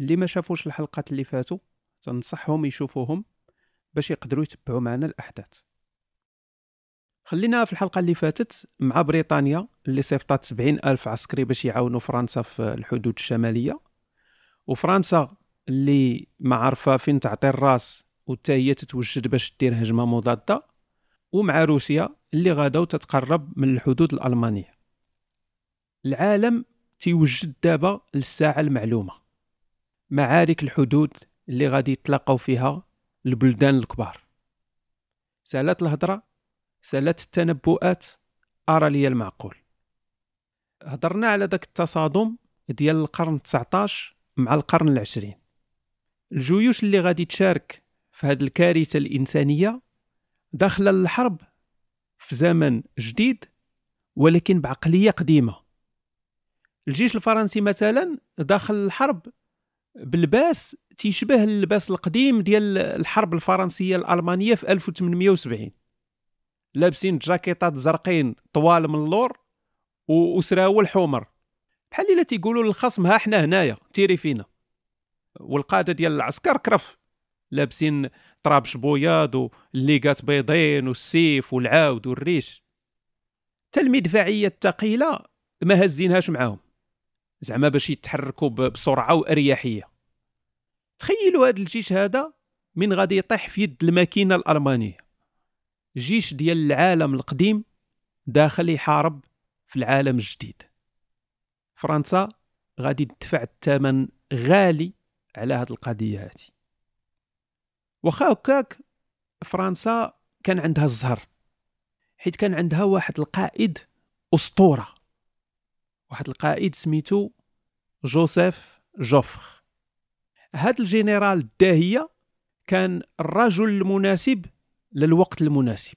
اللي ما شافوش الحلقات اللي فاتوا تنصحهم يشوفوهم باش يقدروا يتبعوا معنا الأحداث. خلينا في الحلقة اللي فاتت مع بريطانيا اللي صيفطات 70,000 عسكري باش يعاونوا فرنسا في الحدود الشمالية، وفرنسا اللي ما عارفة فين تعطي الراس وتا هي تتوجد باش دير هجمة مضادة، ومع روسيا اللي غاداو تتقرب من الحدود الألمانية. العالم تيوجد دابا للساعة المعلومة، معارك الحدود اللي غادي يتلاقاو فيها البلدان الكبار. سالات الهضرة، سالات التنبؤات، أرى لي المعقول. هضرنا على ذاك التصادم ديال القرن 19 مع القرن 20، الجيوش اللي غادي تشارك في هذه الكارثة الإنسانية داخله الحرب في زمن جديد ولكن بعقلية قديمة. الجيش الفرنسي مثلا داخل الحرب بلباس تيشبه اللباس القديم ديال الحرب الفرنسية الألمانية في 1870، لابسين جاكيطات زرقين طوال من اللور وسراول حمر، بحال اللي تيقولوا للخصم ها حنا هنايا تيري فينا. والقادة ديال العسكر كرف لابسين طرابش بوياض والليقات بيضين والسيف والعاود والريش. حتى المدفعية الثقيلة ما هزينهاش معاهم، زعما باش يتحركوا بسرعة وأريحية. تخيلوا هذا الجيش هذا من غادي يطيح في يد الماكينة الألمانية، جيش ديال العالم القديم داخل يحارب في العالم الجديد. فرنسا غادي تدفع الثمن غالي على هذه القضية هذه. وخا هكاك فرنسا كان عندها الزهر، حيت كان عندها واحد القائد أسطورة، واحد القائد سميتو جوزيف جوفر. هذا الجنرال الداهية كان الرجل المناسب للوقت المناسب.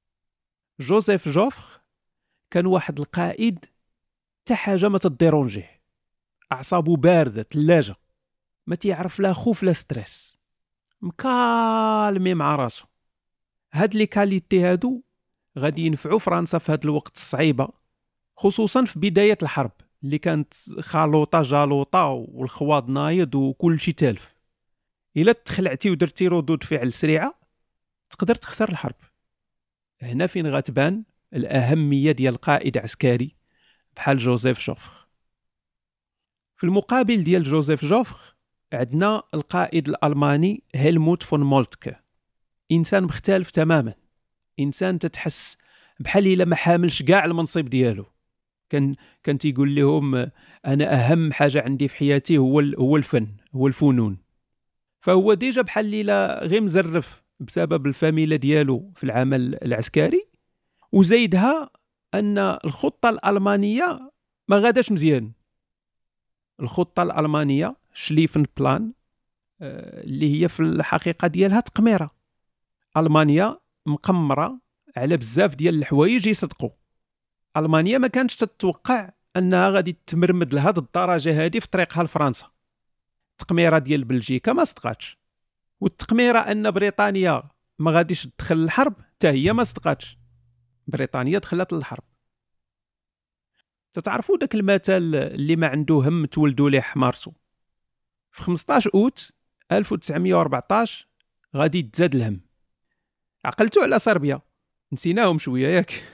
جوزيف جوفر كان واحد القائد تا حاجة ما تديرونجيه، أعصابه باردة ثلاجة، ما تيعرف لا خوف لا ستريس، مكالمي مع راسو. هاد لي كاليتي هادو غادي ينفعوا فرنسا في هاد الوقت الصعيبة، خصوصا في بداية الحرب اللي كانت خالوطة جالوطة والخواض نايض وكل شي تالف. إلا تخلعتي ودرتي ردود فعل سريعة تقدر تخسر الحرب. هنا فين غتبان الأهمية ديال قائد عسكري بحال جوزيف جوفر. في المقابل ديال جوزيف جوفر عندنا القائد الألماني هيلموت فون مولتكه، إنسان مختلف تماما، إنسان تتحس بحال إلا ما حاملش كاع المنصب ديالو. كان تيقول لهم أنا أهم حاجة عندي في حياتي هو الفن، هو الفنون. فهو ديجا بحال ليلة غير مزرف بسبب الفاميلة ديالو في العمل العسكري، وزيدها أن الخطة الألمانية ما غاداش مزيان. الخطة الألمانية شليفن بلان اللي هي في الحقيقة ديالها تقميرة. ألمانيا مقمرة على بزاف ديال الحوايج يصدقوا. ألمانيا ما كانتش تتوقع أنها غادي تمرمد لهذه الدرجة هذه في طريقها لفرنسا. التقميرة ديال بلجيكا ما صدقاتش، والتقميرة أن بريطانيا ما غاديش تدخل الحرب حتى هي ما صدقاتش. بريطانيا دخلت للحرب. تتعرفوا داك المثل اللي ما عنده هم تولدوا ليه حمارتو. في 15 أوت 1914 غادي تزاد الهم. عقلتوا على صربيا، نسيناهم شوية ياك.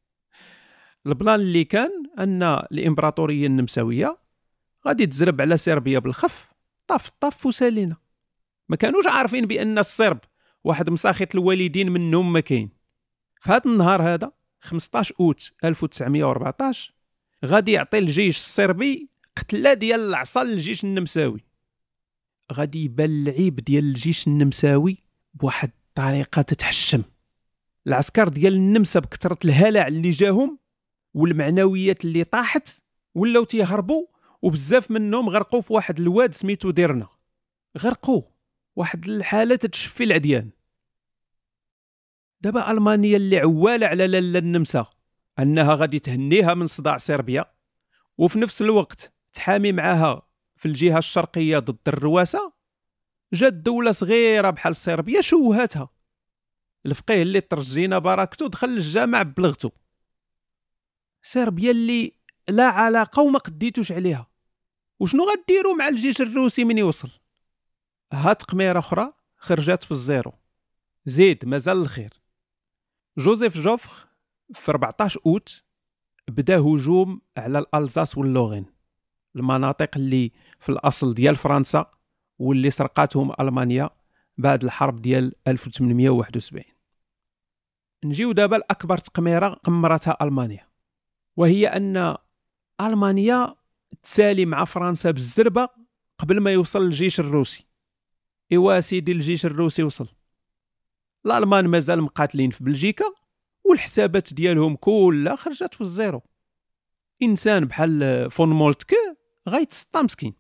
البلان اللي كان أن الإمبراطورية النمساوية غادي تزرب على صربيا بالخف، طف وسالينا. ما كانوش عارفين بأن الصرب واحد مساخط الوالدين منهم ما كاين. في هذا النهار هذا 15 أوت 1914 غادي يعطي الجيش الصربي قتلة ديال العصا للجيش النمساوي. غادي يبان العيب ديال الجيش النمساوي بواحد الطريقة تتحشم. العسكر ديال النمسا بكثرة الهلع اللي جاهم والمعنويات اللي طاحت ولاو تيهربوا، وبزاف منهم غرقوا في واحد الواد سميتو ديرنا. غرقوا واحد الحالة تتشفي العديان. دابا ألمانيا اللي عوالة على لالا النمسا أنها غادي تهنيها من صداع صربيا، وفي نفس الوقت تحامي معها في الجهة الشرقية ضد الرواسة، جات دولة صغيرة بحال صربيا شوهاتها. الفقيه اللي ترجينا بركته دخل الجامع بلغته. صربيا اللي لا علاقة وما قديتوش عليها، وشنو غديروا مع الجيش الروسي من يوصل؟ ها تقميره اخرى خرجت في الزيرو. زيد مازال الخير. جوزيف جوفخ في 14 اوت بدا هجوم على الالزاس واللوغين، المناطق اللي في الاصل ديال فرنسا واللي سرقاتهم المانيا بعد الحرب ديال 1871. نجيو دابا لاكبر تقميره قمرتها المانيا، وهي ان المانيا تسالي مع فرنسا بالزربه قبل ما يوصل الجيش الروسي. ايوا سيدي الجيش الروسي وصل، الالمان مازال مقاتلين في بلجيكا والحسابات ديالهم كلها خرجت في الزيرو. انسان بحال فون مولتكه غيتسطى مسكين.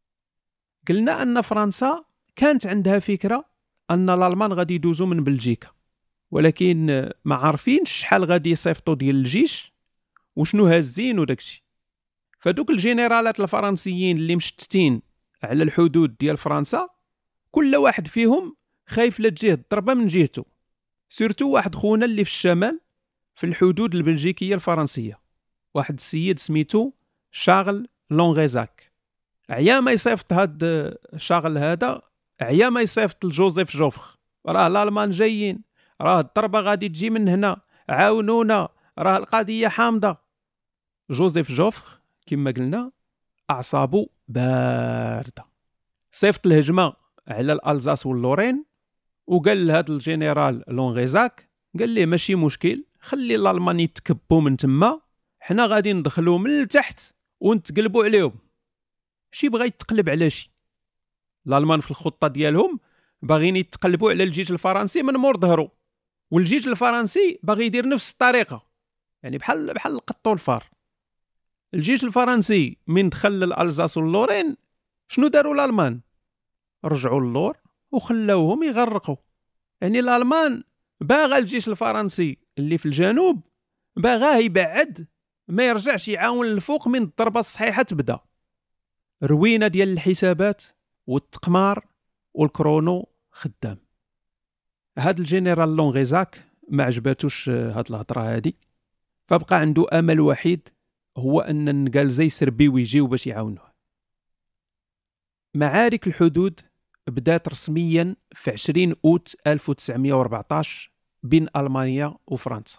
قلنا ان فرنسا كانت عندها فكره ان الالمان غادي يدوزوا من بلجيكا، ولكن ما عارفينش شحال غادي يصيفطوا ديال الجيش وشنو هازين وداكشي. فدوك الجنرالات الفرنسيين اللي مشتتين على الحدود ديال فرنسا كل واحد فيهم خايف لا تجيه الضربه من جهته، سورتو واحد خونا اللي في الشمال في الحدود البلجيكيه الفرنسيه، واحد السيد سميتو شارل لونغيزاك. عيا ما يصيفط هاد شارل هذا، عيا ما يصيفط لجوزيف جوفخ، راه الالمان جايين، راه الضربه غادي تجي من هنا، عاونونا، راه القضيه حامضه. جوزيف جوفخ كما قلنا اعصابه بارده، صيفط الهجمه على الالزاس واللورين وقال لهذا الجنرال لونغيزاك، قال ليه ماشي مشكل، خلي الالمان يتكبوا من تما، حنا غادي ندخلوا من التحت ونتقلبوا عليهم. شي بغا يتقلب على شي. الالمان في الخطه ديالهم باغيين يتقلبوا على الجيش الفرنسي من مور ظهره، والجيش الفرنسي باغي يدير نفس الطريقه، يعني بحال القط والفار. الجيش الفرنسي من دخل للالزاس واللورين شنو داروا الالمان؟ رجعوا اللور وخلاوهم يغرقوا. يعني الالمان باغا الجيش الفرنسي اللي في الجنوب باغاه يبعد، ما يرجعش يعاون الفوق من الضربه الصحيحه تبدا. روينه ديال الحسابات والتقمار والكرونو خدام. هاد الجنرال لونغيزاك ما عجباتوش هاد الهضره هادي، فبقى عنده امل وحيد، هو ان النقالزه يسربيو ويجيو باش يعاونوه. معارك الحدود بدات رسميا في 20 اوت 1914 بين المانيا وفرنسا.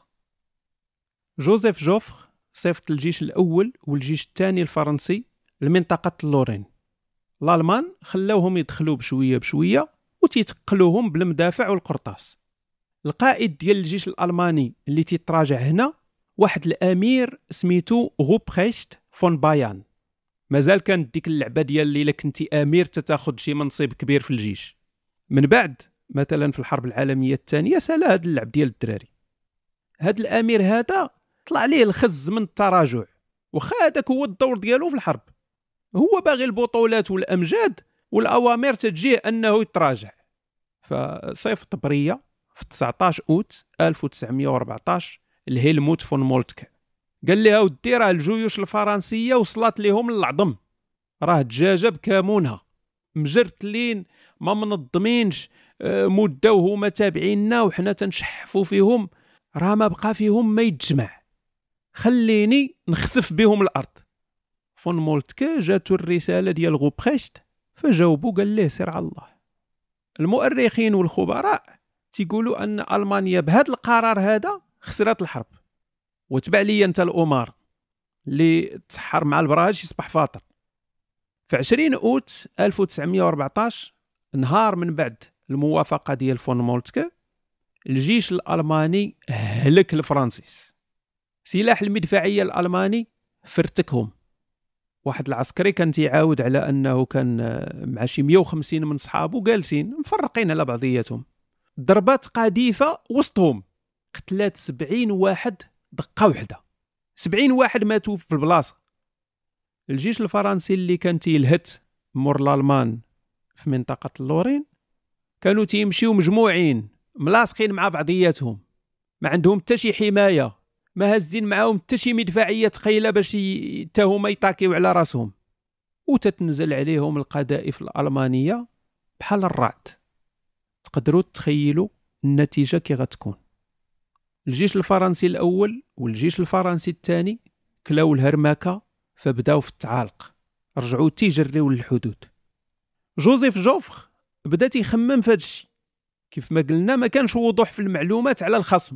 جوزيف جوفخ صيفط الجيش الاول والجيش الثاني الفرنسي لمنطقه اللورين. الالمان خلاوهم يدخلوا بشويه بشويه وتيتقلوهم بالمدافع والقرطاس. القائد ديال الجيش الالماني اللي تيتراجع هنا واحد الامير سميتو غوبريشت فون بايان. مازال كانت ديك اللعبه ديال اللي الا كنتي امير تتاخذ شي منصب كبير في الجيش. من بعد مثلا في الحرب العالميه الثانيه سال هذا اللعب ديال الدراري. هذا الامير هذا طلع ليه الخز من التراجع، واخا هذاك هو الدور ديالو في الحرب، هو باغي البطولات والامجاد والاوامر تجيه انه يتراجع. فصيفط بريه في 19 اوت 1914 الهيلموت فون مولتكه، قال لها ودي راه الجيوش الفرنسيه وصلت لهم للعظم، راه دجاجه بكامونها، مجرتلين ما منظمينش، مده وهما تابعيننا وحنا تنشحفوا فيهم، راه ما بقى فيهم ما يتجمع، خليني نخسف بهم الارض. فون مولتكه جاتو الرساله ديال غوبريشت، فجاوبو قال ليه سير على الله. المؤرخين والخبراء تيقولوا ان المانيا بهذا القرار هذا خسرت الحرب. وتبع لي انت الامار اللي تسحر مع البراج يصبح فاطر. في 20 اوت 1914 نهار من بعد الموافقه ديال فون مولتكه، الجيش الالماني هلك الفرنسيس. سلاح المدفعيه الالماني فرتكهم. واحد العسكري كان تيعاود على انه كان مع شي 150 من صحابه جالسين مفرقين على بعضياتهم، ضربات قذيفه وسطهم، قتلات 70 واحد دقه وحده، 70 واحد ماتوا في البلاصه. الجيش الفرنسي اللي كان تيلهت مور الالمان في منطقه اللورين كانوا تيمشيو مجموعين ملاصقين مع بعضياتهم، ما عندهم حتى شي حمايه، ما هازين معاهم حتى شي مدفعيه ثقيله باش حتى هما يطاكيو على راسهم، وتتنزل عليهم القذائف الالمانيه بحال الرعد. تقدروا تخيلوا النتيجه كي غتكون. الجيش الفرنسي الاول والجيش الفرنسي الثاني كلاو الهرمكه، فبداو في التعالق. رجعوا تيجريو للحدود. جوزيف جوفر بدا تيخمم في هذا الشيء، كيف ما قلنا ما كانش وضوح في المعلومات على الخصم.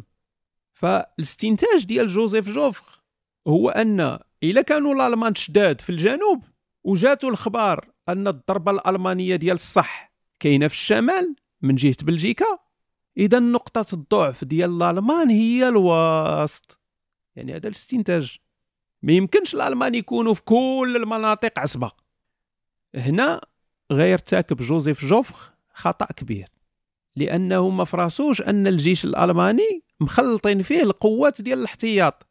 فالاستنتاج ديال جوزيف جوفر هو ان الا كانوا الالمان شداد في الجنوب وجاتوا الخبار ان الضربه الالمانيه ديال الصح كاينه في الشمال من جهه بلجيكا، اذا نقطه الضعف ديال الالمان هي الوسط. يعني هذا الاستنتاج، ما يمكنش الالمان يكونوا في كل المناطق عصبه. هنا غيرتكب جوزيف جوفر خطا كبير، لانه ما فراسوش ان الجيش الالماني مخلطين فيه القوات ديال الاحتياط.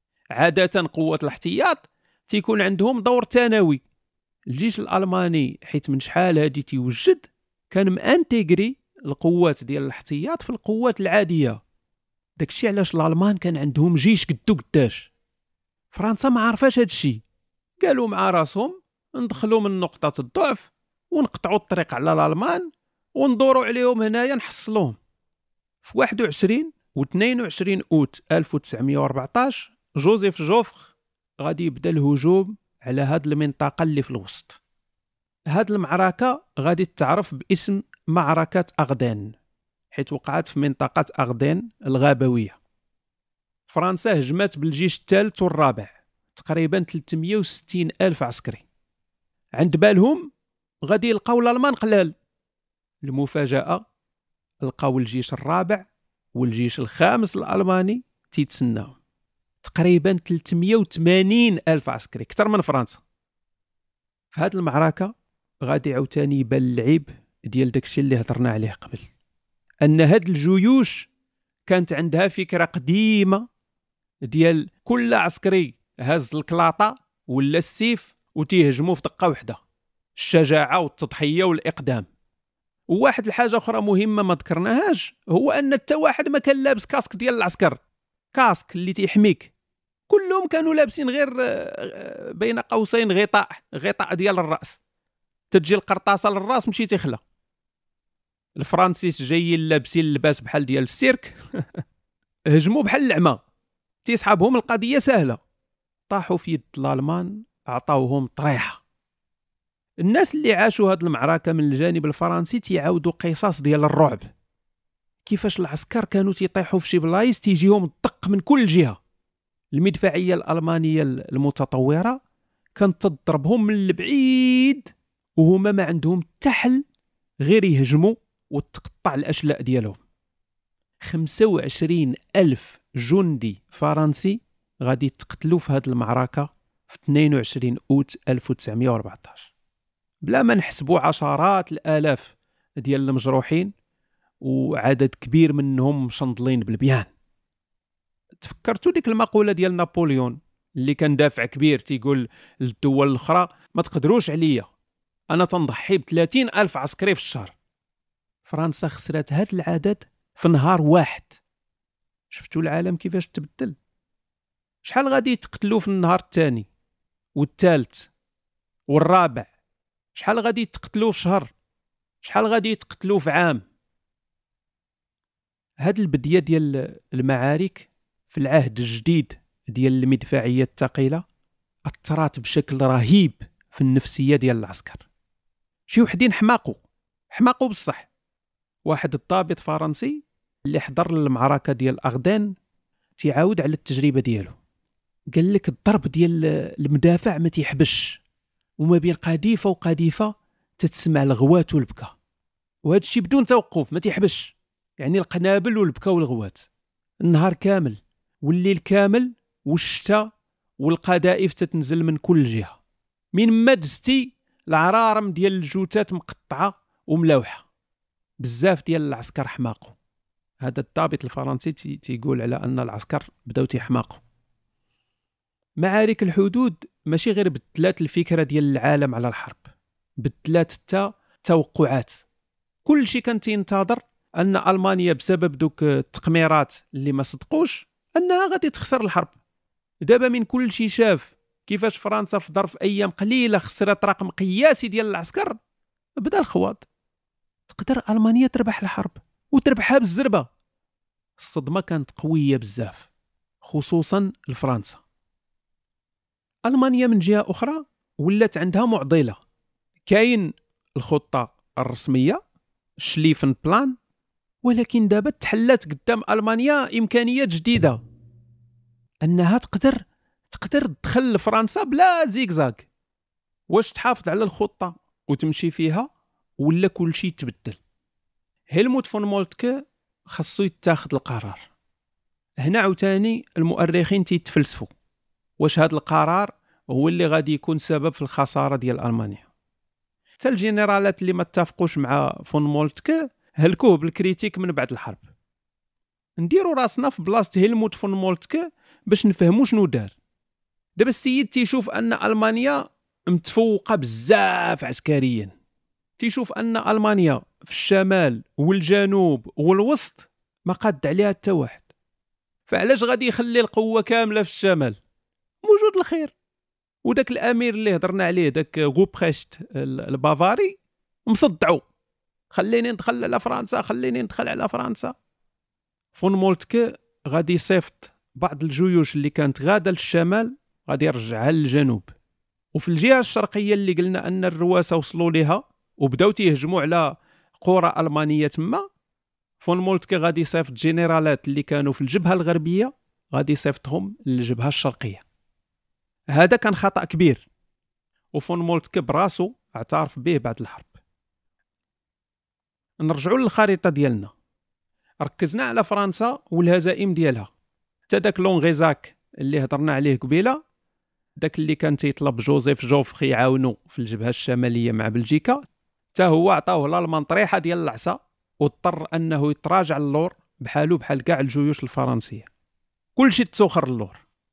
عاده قوات الاحتياط تيكون عندهم دور ثانوي. الجيش الالماني حيت من شحال هادي تيوجد كان مانتيغري القوات ديال الاحتياط في القوات العاديه. داكشي علاش الالمان كان عندهم جيش قدو قداش. فرنسا ما عرفاش هادشي، قالوا مع راسهم ندخلوا من نقطه الضعف ونقطعوا الطريق على الالمان وندوروا عليهم هنايا نحصلوهم. في 21 و 22 اوت 1914 جوزيف جوفر غادي يبدا الهجوم على هاد المنطقه اللي في الوسط. هاد المعركه غادي تعرف باسم معركه أغدين، حيث وقعت في منطقه أغدين الغابويه. فرنسا هجمت بالجيش الثالث والرابع، تقريبا 360 ألف عسكري. عند بالهم غادي يلقاو الالمان قلال. المفاجأة لقاو الجيش الرابع والجيش الخامس الألماني تيتسناهم، تقريبا 380 ألف عسكري، أكثر من فرنسا. في هذه المعركة غادي عاوتاني يبان العيب ديال داكشي اللي هضرنا عليه قبل، أن هاد الجيوش كانت عندها فكرة قديمة ديال كل عسكري هز الكلاطة ولا السيف وتيهجموا في دقة واحدة. الشجاعة والتضحية والإقدام. وواحد الحاجة أخرى مهمة ما ذكرناهاش، هو أن حتى واحد ما كان لابس كاسك ديال العسكر، كاسك اللي تيحميك. كلهم كانوا لابسين غير بين قوسين غطاء ديال الرأس، تجي القرطاسة للراس مشي تخلى. الفرنسيس جايين لابسين اللباس بحال ديال السيرك هجموا بحال العمى، تيسحبهم القضية سهلة. طاحوا في يد الألمان، عطاوهم طريحة. الناس اللي عاشوا هاد المعركة من الجانب الفرنسي تيعاودوا قصص ديال الرعب، كيفاش العسكر كانوا تيطيحوا في شي بلايص تيجيهم الدق من كل جهة. المدفعية الألمانية المتطورة كانت تضربهم من البعيد وهما ما عندهم تحل غير يهجموا وتقطع الأشلاء ديالهم. 25 ألف جندي فرنسي غادي تقتلوا في هاد المعركة في 22 أوت 1914، بلا ما نحسبوا عشرات الآلاف ديال المجروحين وعدد كبير منهم مشنضلين بالبيان. تفكرتوا ديك المقولة ديال نابليون اللي كان دافع كبير تيقول للدول الأخرى ما تقدروش عليا، أنا تنضحي ب30 ألف عسكري في الشهر. فرنسا خسرت هاد العدد في نهار واحد. شفتوا العالم كيفاش تبدل؟ شحال غادي يتقتلوا في النهار الثاني والثالث والرابع؟ شحال غادي يتقتلوا في شهر؟ شحال غادي يتقتلوا في عام؟ هاد البدية ديال المعارك في العهد الجديد ديال المدفعية الثقيلة أثرت بشكل رهيب في النفسية ديال العسكر. شي وحدين حماقوا بصح. واحد الضابط فرنسي اللي حضر المعركة ديال أغدين تيعاود على التجربة ديالو، قال لك الضرب ديال المدافع ما تيحبش، وما بين قذيفة وقذيفة تتسمع الغوات والبكاء، وهذا الشيء بدون توقف ما تيحبش. يعني القنابل والبكاء والغوات النهار كامل والليل كامل، والشتاء والقذائف تتنزل من كل جهة. من ما دزتي العرارم ديال الجوتات مقطعة وملوحة. بزاف ديال العسكر حماقوا. هذا الضابط الفرنسي تيقول على أن العسكر بداو تيحماقوا. معارك الحدود ماشي غير بدلات الفكرة ديال العالم على الحرب، بدلات حتى توقعات. كل شيء كان تينتظر أن ألمانيا بسبب دوك التقميرات اللي ما صدقوش أنها غادي تخسر الحرب. دابا من كل شيء شاف كيفاش فرنسا في ظرف أيام قليلة خسرت رقم قياسي ديال العسكر، بدا الخواض. تقدر ألمانيا تربح الحرب وتربحها بالزربة. الصدمة كانت قوية بزاف، خصوصا لفرنسا. ألمانيا من جهة أخرى ولات عندها معضله. كاين الخطه الرسميه شليفن بلان، ولكن دابا تحلات قدام المانيا امكانيه جديده انها تقدر تدخل لفرنسا بلا زيكزاك. واش تحافظ على الخطه وتمشي فيها ولا كل شيء تبدل؟ هيلموت فون مولتكه خاصو يتاخذ القرار. هنا عاوتاني المؤرخين تيتفلسفوا واش هذا القرار هو اللي غادي يكون سبب في الخساره ديال المانيا. حتى الجنرالات اللي ما اتفقوش مع فون مولتكه هلكوه بالكريتيك من بعد الحرب. نديروا راسنا في بلاصه هيلموت فون مولتكه باش نفهموا شنو دار. دابا السيد تيشوف ان المانيا متفوقه بزاف عسكريا، تيشوف ان المانيا في الشمال والجنوب والوسط ما قاد عليها حتى واحد، فعلاش غادي يخلي القوه كامله في الشمال؟ موجود الخير. وداك الامير اللي هضرنا عليه داك غوبريشت البافاري مصدعو، خليني ندخل على فرنسا، خليني ندخل على فرنسا. فون مولتكه غادي يصيفط بعض الجيوش اللي كانت غاده للشمال غادي يرجعها للجنوب. وفي الجهه الشرقيه اللي قلنا ان الرواسه وصلوا ليها وبداو تيهجموا على قرى المانيه تما، فون مولتكه غادي يصيفط جنرالات اللي كانوا في الجبهه الغربيه غادي يصيفطهم للجبهه الشرقيه. هذا كان خطأ كبير، وفون مولتكه براسو اعترف به بعد الحرب. نرجعوا للخريطه ديالنا، ركزنا على فرنسا والهزائم ديالها. حتى داك لونغيزاك اللي هضرنا عليه قبيله، داك اللي كان تيطلب جوزيف جوفخي يعاونو في الجبهه الشماليه مع بلجيكا، حتى هو عطاوه الالمان طريحه ديال العصا واضطر انه يتراجع للور بحالو بحال كاع الجيوش الفرنسيه. كلشي تسوخر اللور.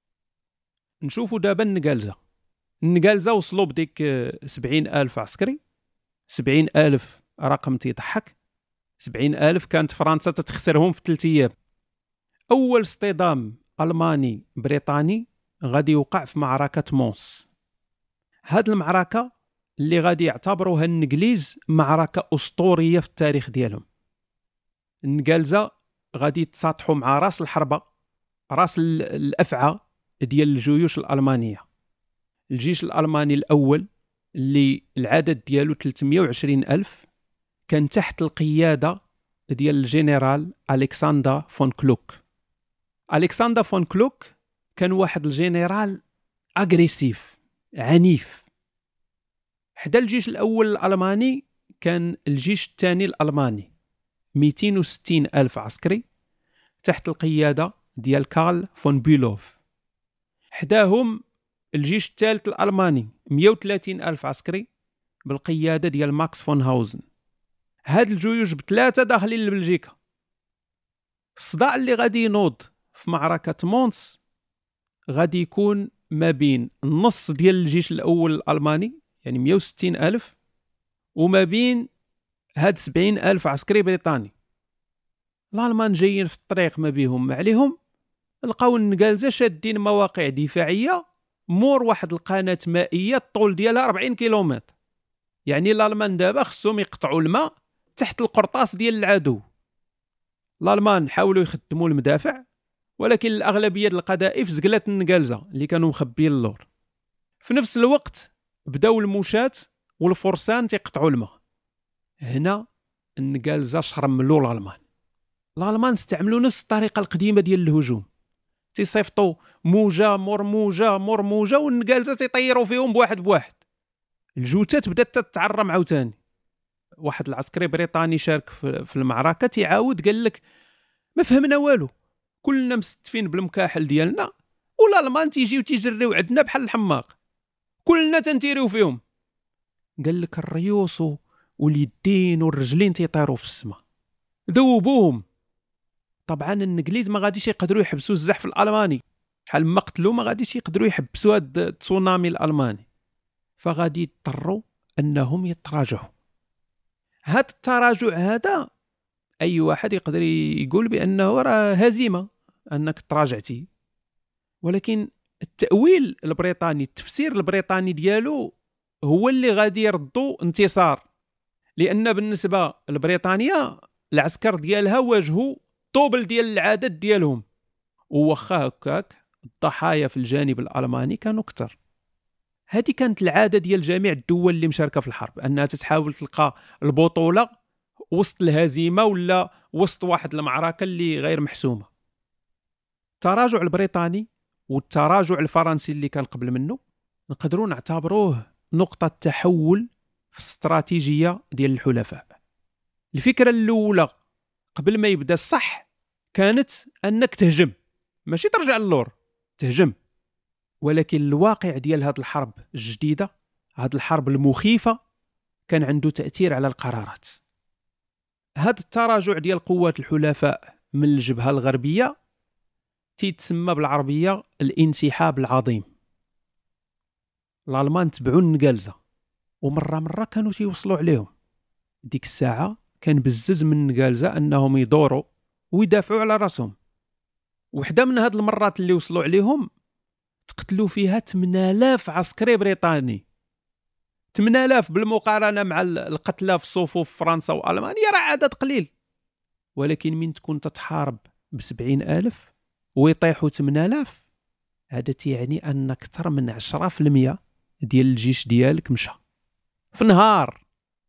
نشوفوا دابا النقالزه وصلوا بديك 70,000 عسكري. 70,000 رقم تيضحك. 70,000 كانت فرنسا تتخسرهم في 3 أيام. أول اصطدام ألماني بريطاني غادي يوقع في معركة مونس. هاد المعركة اللي غادي يعتبروها الإنجليز معركة أسطورية في التاريخ ديالهم. النقالزة غادي يتساطحوا مع راس الحربة، راس الأفعى ديال الجيوش الألمانية. الجيش الألماني الأول اللي العدد ديالو 320,000 كان تحت القيادة ديال الجنرال ألكسندر فون كلوك. ألكسندر فون كلوك كان واحد الجنرال أغريسيف عنيف. حدا الجيش الأول الألماني كان الجيش الثاني الألماني 260,000 عسكري تحت القيادة ديال كارل فون بيلوف. حداهم الجيش الثالث الألماني 130,000 عسكري بالقيادة ديال ماكس فون هاوزن. هاد الجيوش بثلاثة داخلين لبلجيكا. الصداع اللي غادي ينوض في معركة مونس غادي يكون ما بين النص ديال الجيش الأول الألماني يعني 160,000 وما بين هاد 70,000 عسكري بريطاني. الألمان جايين في الطريق ما بيهم ما عليهم، لقاو النقالزة شادين مواقع دفاعية مور واحد القناة مائية الطول ديالها 40 كيلومتر. يعني الألمان دابا خصهم يقطعوا الماء تحت القرطاس ديال العدو. الألمان حاولوا يخدموا المدافع، ولكن الأغلبية ديال القذائف زقلت النقالزة اللي كانوا مخبيين اللور. في نفس الوقت بداو المشات والفرسان تيقطعوا الماء. هنا النقالزة شرملوا الألمان استعملوا نفس الطريقة القديمة ديال الهجوم، تيصيفطوا موجة مور موجة مور موجة والنقالزة تيطيروا فيهم بواحد. الجوتات بدات تتعرم عاوتاني. واحد العسكري بريطاني شارك في المعركة تيعاود قال لك ما فهمنا والو، كلنا مستفين بالمكاحل ديالنا والألمان تيجيو تيجريو عندنا بحال الحماق، كلنا تنتيريو فيهم. قال لك الريوس واليدين والرجلين تيطيروا في السماء، ذوبوهم. طبعا الانجليز ما غاديش يقدروا يحبسوا الزحف الألماني، شحال ما قتلوا ما غاديش يقدروا يحبسوا هاد التسونامي الألماني، فغادي يضطروا انهم يتراجعوا. هاد التراجع هذا اي واحد يقدر يقول بانه راه هزيمه انك تراجعتي، ولكن التأويل البريطاني التفسير البريطاني ديالو هو اللي غادي يردو انتصار، لان بالنسبه لبريطانيا العسكر ديالها واجهوا طوبل ديال العدد ديالهم، وواخا هكاك الضحايا في الجانب الألماني كانوا كتر. هذه كانت العاده ديال جميع الدول اللي مشاركه في الحرب، انها تحاول تلقى البطوله وسط الهزيمه ولا وسط واحد المعركه اللي غير محسومه. التراجع البريطاني والتراجع الفرنسي اللي كان قبل منه نقدروا نعتبروه نقطه تحول في الاستراتيجيه ديال الحلفاء. الفكره الاولى قبل ما يبدا الصح كانت انك تهجم، ماشي ترجع للور، تهجم. ولكن الواقع ديال هذه الحرب الجديده، هذه الحرب المخيفه، كان عنده تاثير على القرارات. هذا التراجع ديال قوات الحلفاء من الجبهه الغربيه تيتسمى بالعربيه الانسحاب العظيم. الالمان تبعوا النقالزه ومره كانوا تيوصلوا عليهم. ديك الساعه كان بزز من النقالزه انهم يدوروا ويدافعوا على راسهم. وحده من هاد المرات اللي وصلوا عليهم تقتلوا فيها 8000 عسكري بريطاني. 8000 بالمقارنه مع القتلى في صفوف فرنسا والمانيا راه عدد قليل، ولكن من تكون تتحارب ب70,000 ويطيحوا 8000، هذا تعني ان اكثر من 10% ديال الجيش ديالك مشى في نهار.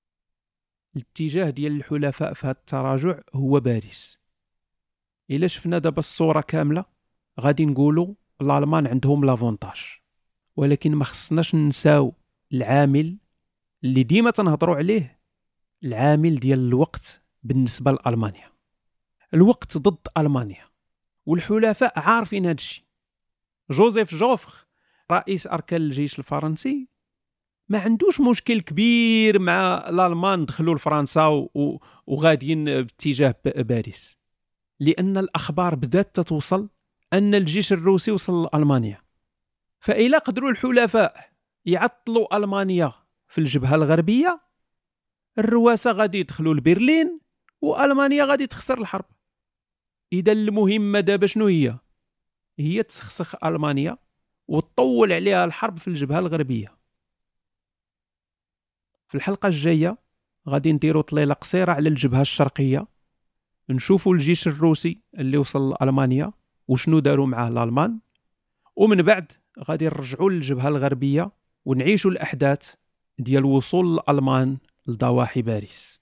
الاتجاه ديال الحلفاء في هذا التراجع هو باريس. الا شفنا دابا الصوره كامله غادي نقولوا الالمان عندهم لافونتاج، ولكن ما خصناش ننساو العامل اللي ديما تنهضروا عليه، العامل ديال الوقت بالنسبه لألمانيا. الوقت ضد ألمانيا والحلفاء عارفين هذا الشيء. جوزيف جوفخ رئيس أركان الجيش الفرنسي ما عندوش مشكل كبير مع الألمان دخلوا لفرنسا وغاديين باتجاه باريس، لأن الأخبار بدات تتوصل أن الجيش الروسي وصل لألمانيا. فإلا قدروا الحلفاء يعطلوا ألمانيا في الجبهة الغربية، الرواسة غادي يدخلوا لبرلين وألمانيا غادي تخسر الحرب. إذا المهمة دابا شنو هي تسخسخ ألمانيا وتطول عليها الحرب في الجبهة الغربية. في الحلقة الجاية غادي نديروا طليلة قصيرة على الجبهة الشرقية، نشوفوا الجيش الروسي اللي وصل لألمانيا وشنو داروا معاه الألمان، ومن بعد غادي نرجعوا للجبهة الغربية ونعيشوا الأحداث ديال وصول الألمان لضواحي باريس.